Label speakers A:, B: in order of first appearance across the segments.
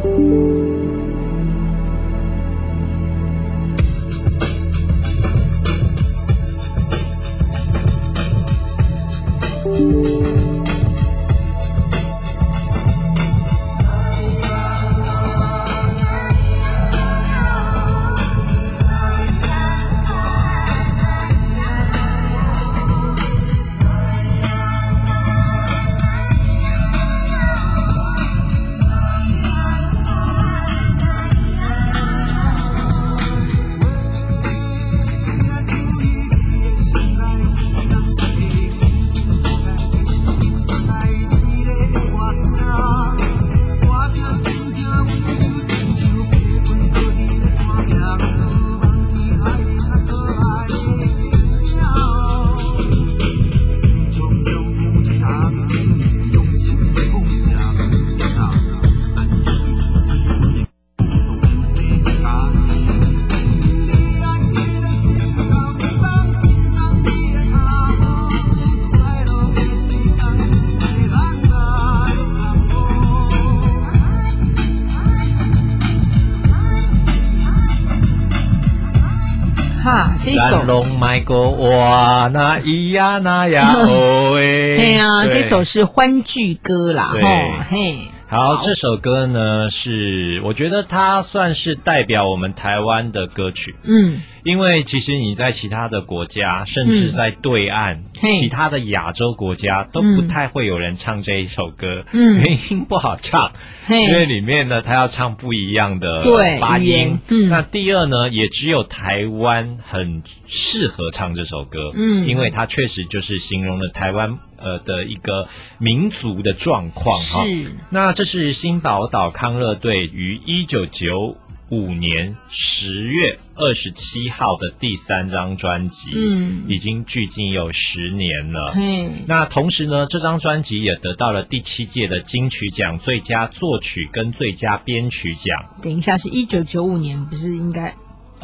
A: 这一首
B: 龙麦歌哇那咿呀那呀哦喂，
A: 对啊，这首是欢聚歌啦，嘿。
B: 好，这首歌呢是我觉得它算是代表我们台湾的歌曲，因为其实你在其他的国家，甚至在对岸，其他的亚洲国家都不太会有人唱这一首歌，原因不好唱，因为里面呢它要唱不一样的发音，那第二呢也只有台湾很适合唱这首歌，因为它确实就是形容了台湾的一个民族的状况哈。那这是新宝岛康乐队于1995年10月27号的第3张专辑，已经距今有10年了。那同时呢，这张专辑也得到了第7届的金曲奖最佳作曲跟最佳编曲奖。
A: 等一下，是1995年，不是应该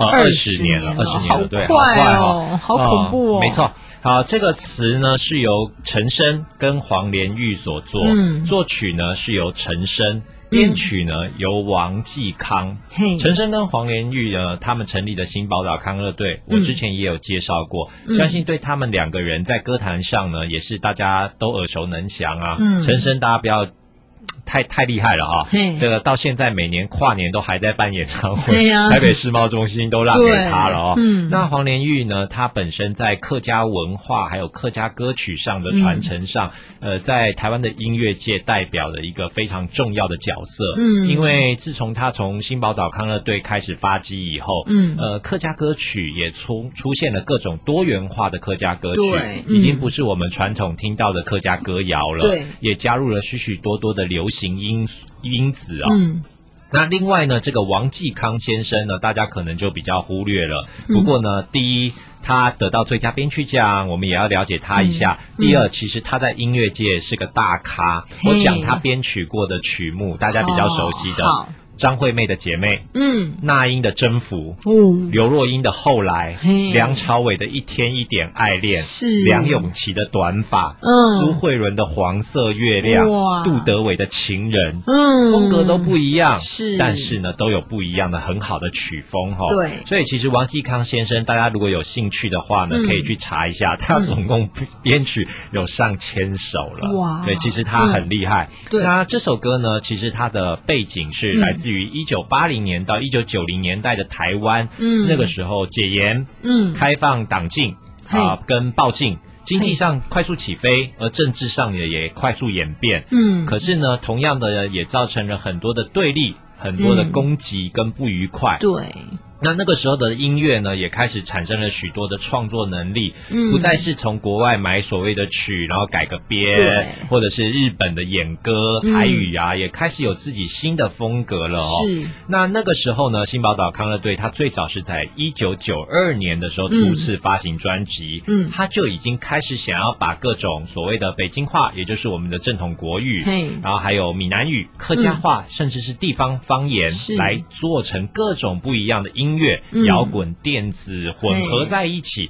B: 20年了，20年了，对，
A: 好快哦，好恐怖哦，
B: 没错。好，这个词呢是由陈升跟黄连玉所作，作曲呢是由陈升，编曲呢由王继康。陈升跟黄连玉呢，他们成立的新宝岛康乐队，我之前也有介绍过，相信对他们两个人在歌坛上呢，也是大家都耳熟能详啊。陈升大家不要太厉害了啊！这个到现在每年跨年都还在办演唱会，台北世贸中心都让给他了哦。那黄连玉呢，他本身在客家文化还有客家歌曲上的传承上，在台湾的音乐界代表的一个非常重要的角色。因为自从他从新宝岛康乐队开始发迹以后，客家歌曲也出现了各种多元化的客家歌曲，已经不是我们传统听到的客家歌谣了，也加入了许许多多的流行因子啊。那另外呢，这个王继康先生呢，大家可能就比较忽略了。不过呢，第一，他得到最佳编曲奖，我们也要了解他一下。第二，其实他在音乐界是个大咖。我讲他编曲过的曲目，大家比较熟悉的。张惠妹的姐妹，那英的征服，刘若英的后来，梁朝伟的一天一点爱恋，梁咏琪的短发，苏慧伦的黄色月亮，杜德伟的情人，风格都不一样，但是呢都有不一样的很好的曲风哈。对，所以其实王继康先生，大家如果有兴趣的话呢，可以去查一下，他总共编曲有上千首了。哇，对，其实他很厉害。那这首歌呢，其实它的背景是来自于1980年到1990年代的台湾，那个时候解严，开放党禁跟报禁，经济上快速起飞，而政治上也快速演变。可是呢，同样的也造成了很多的对立，很多的攻击跟不愉快。对。那个时候的音乐呢，也开始产生了许多的创作能力，不再是从国外买所谓的曲，然后改个编，或者是日本的演歌、台语啊，也开始有自己新的风格了哦。那个时候呢，新宝岛康乐队他最早是在1992年的时候初次发行专辑，他就已经开始想要把各种所谓的北京话，也就是我们的正统国语，然后还有闽南语、客家话，甚至是地方方言，来做成各种不一样的音乐，摇滚、电子混合在一起。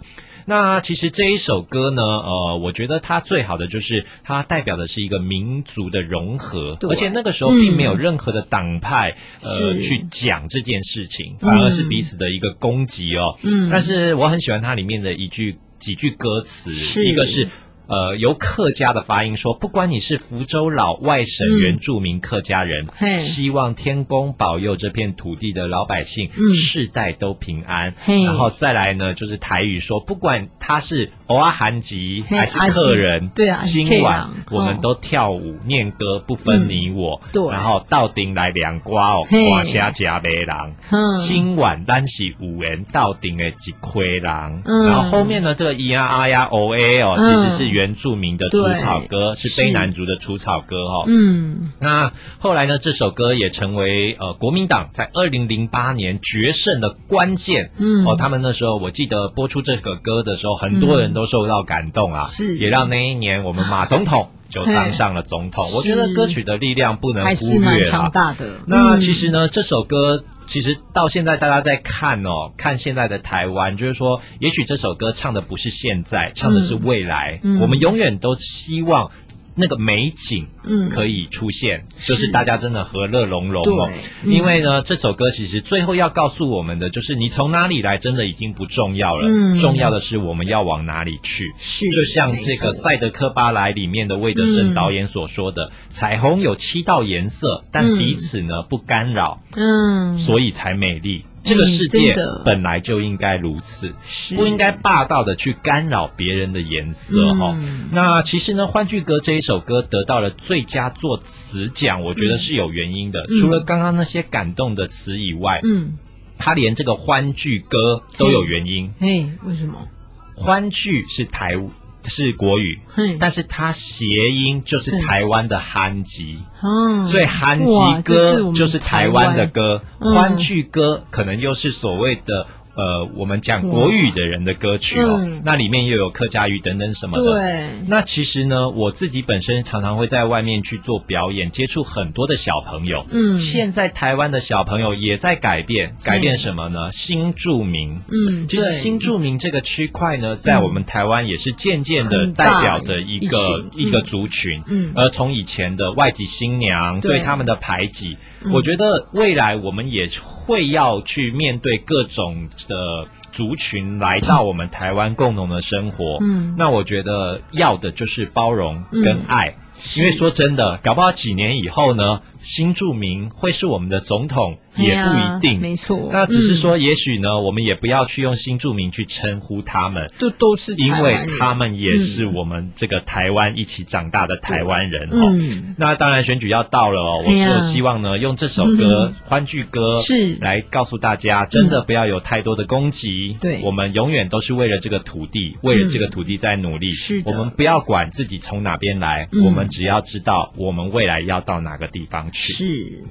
B: 那其实这一首歌呢，我觉得它最好的就是它代表的是一个民族的融合，而且那个时候并没有任何的党派去讲这件事情，反而是彼此的一个攻击哦。但是我很喜欢它里面的几句歌词，一个是由客家的发音说，不管你是福州老、外省原住民客家人，希望天公保佑这片土地的老百姓世代都平安。然后再来呢，就是台语说，不管他是偶尔韩籍还是客人，
A: 对啊，
B: 今晚我们都跳舞念歌，不分你我。然后到顶来两瓜哦，瓜虾加白狼。今晚单是五人到顶的一亏狼。然后后面呢，这个咿呀啊呀哦哎哦，其实是原住民的除草歌，是卑南族的除草歌哈。那后来呢，这首歌也成为国民党在2008年决胜的关键。他们那时候我记得播出这个歌的时候，很多人都受到感动啊，也让那一年我们马总统就当上了总统。我觉得歌曲的力量不能忽略，还是
A: 蛮强大的。
B: 那其实呢，这首歌其实到现在大家在看现在的台湾，就是说也许这首歌唱的不是现在，唱的是未来。我们永远都希望那个美景可以出现，就是大家真的和乐融融哦。因为呢，这首歌其实最后要告诉我们的就是你从哪里来真的已经不重要了，重要的是我们要往哪里去。就像这个赛德克巴莱里面的魏德圣导演所说的，彩虹有7道颜色，但彼此呢不干扰，所以才美丽。这个世界本来就应该如此，不应该霸道的去干扰别人的颜色那其实呢，欢聚歌这一首歌得到了最佳作词奖，我觉得是有原因的。除了刚刚那些感动的词以外，它连这个欢聚歌都有原因。
A: 为什么？
B: 欢聚是国语，但是它谐音就是台湾的憨吉，所以憨吉歌就是台湾的歌，欢聚歌可能又是所谓的我们讲国语的人的歌曲那里面又有客家语等等什么的。
A: 对，
B: 那其实呢，我自己本身常常会在外面去做表演，接触很多的小朋友。现在台湾的小朋友也在改变什么呢？新住民。其实新住民这个区块呢，在我们台湾也是渐渐的代表的一个族群。而从以前的外籍新娘对他们的排挤，我觉得未来我们也会要去面对各种的族群来到我们台湾共同的生活。那我觉得要的就是包容跟爱。因为说真的，搞不好几年以后呢，新住民会是我们的总统也不一定。
A: 没错。
B: 那只是说也许呢，我们也不要去用新住民去称呼他们，
A: 都是台湾人，
B: 因为他们也是我们这个台湾一起长大的台湾人那当然选举要到了我是希望呢，用这首歌欢聚歌来告诉大家，真的不要有太多的攻击。我们永远都是为了这个土地，为了这个土地在努力。我们不要管自己从哪边来，我们只要知道我们未来要到哪个地方去。
A: 是。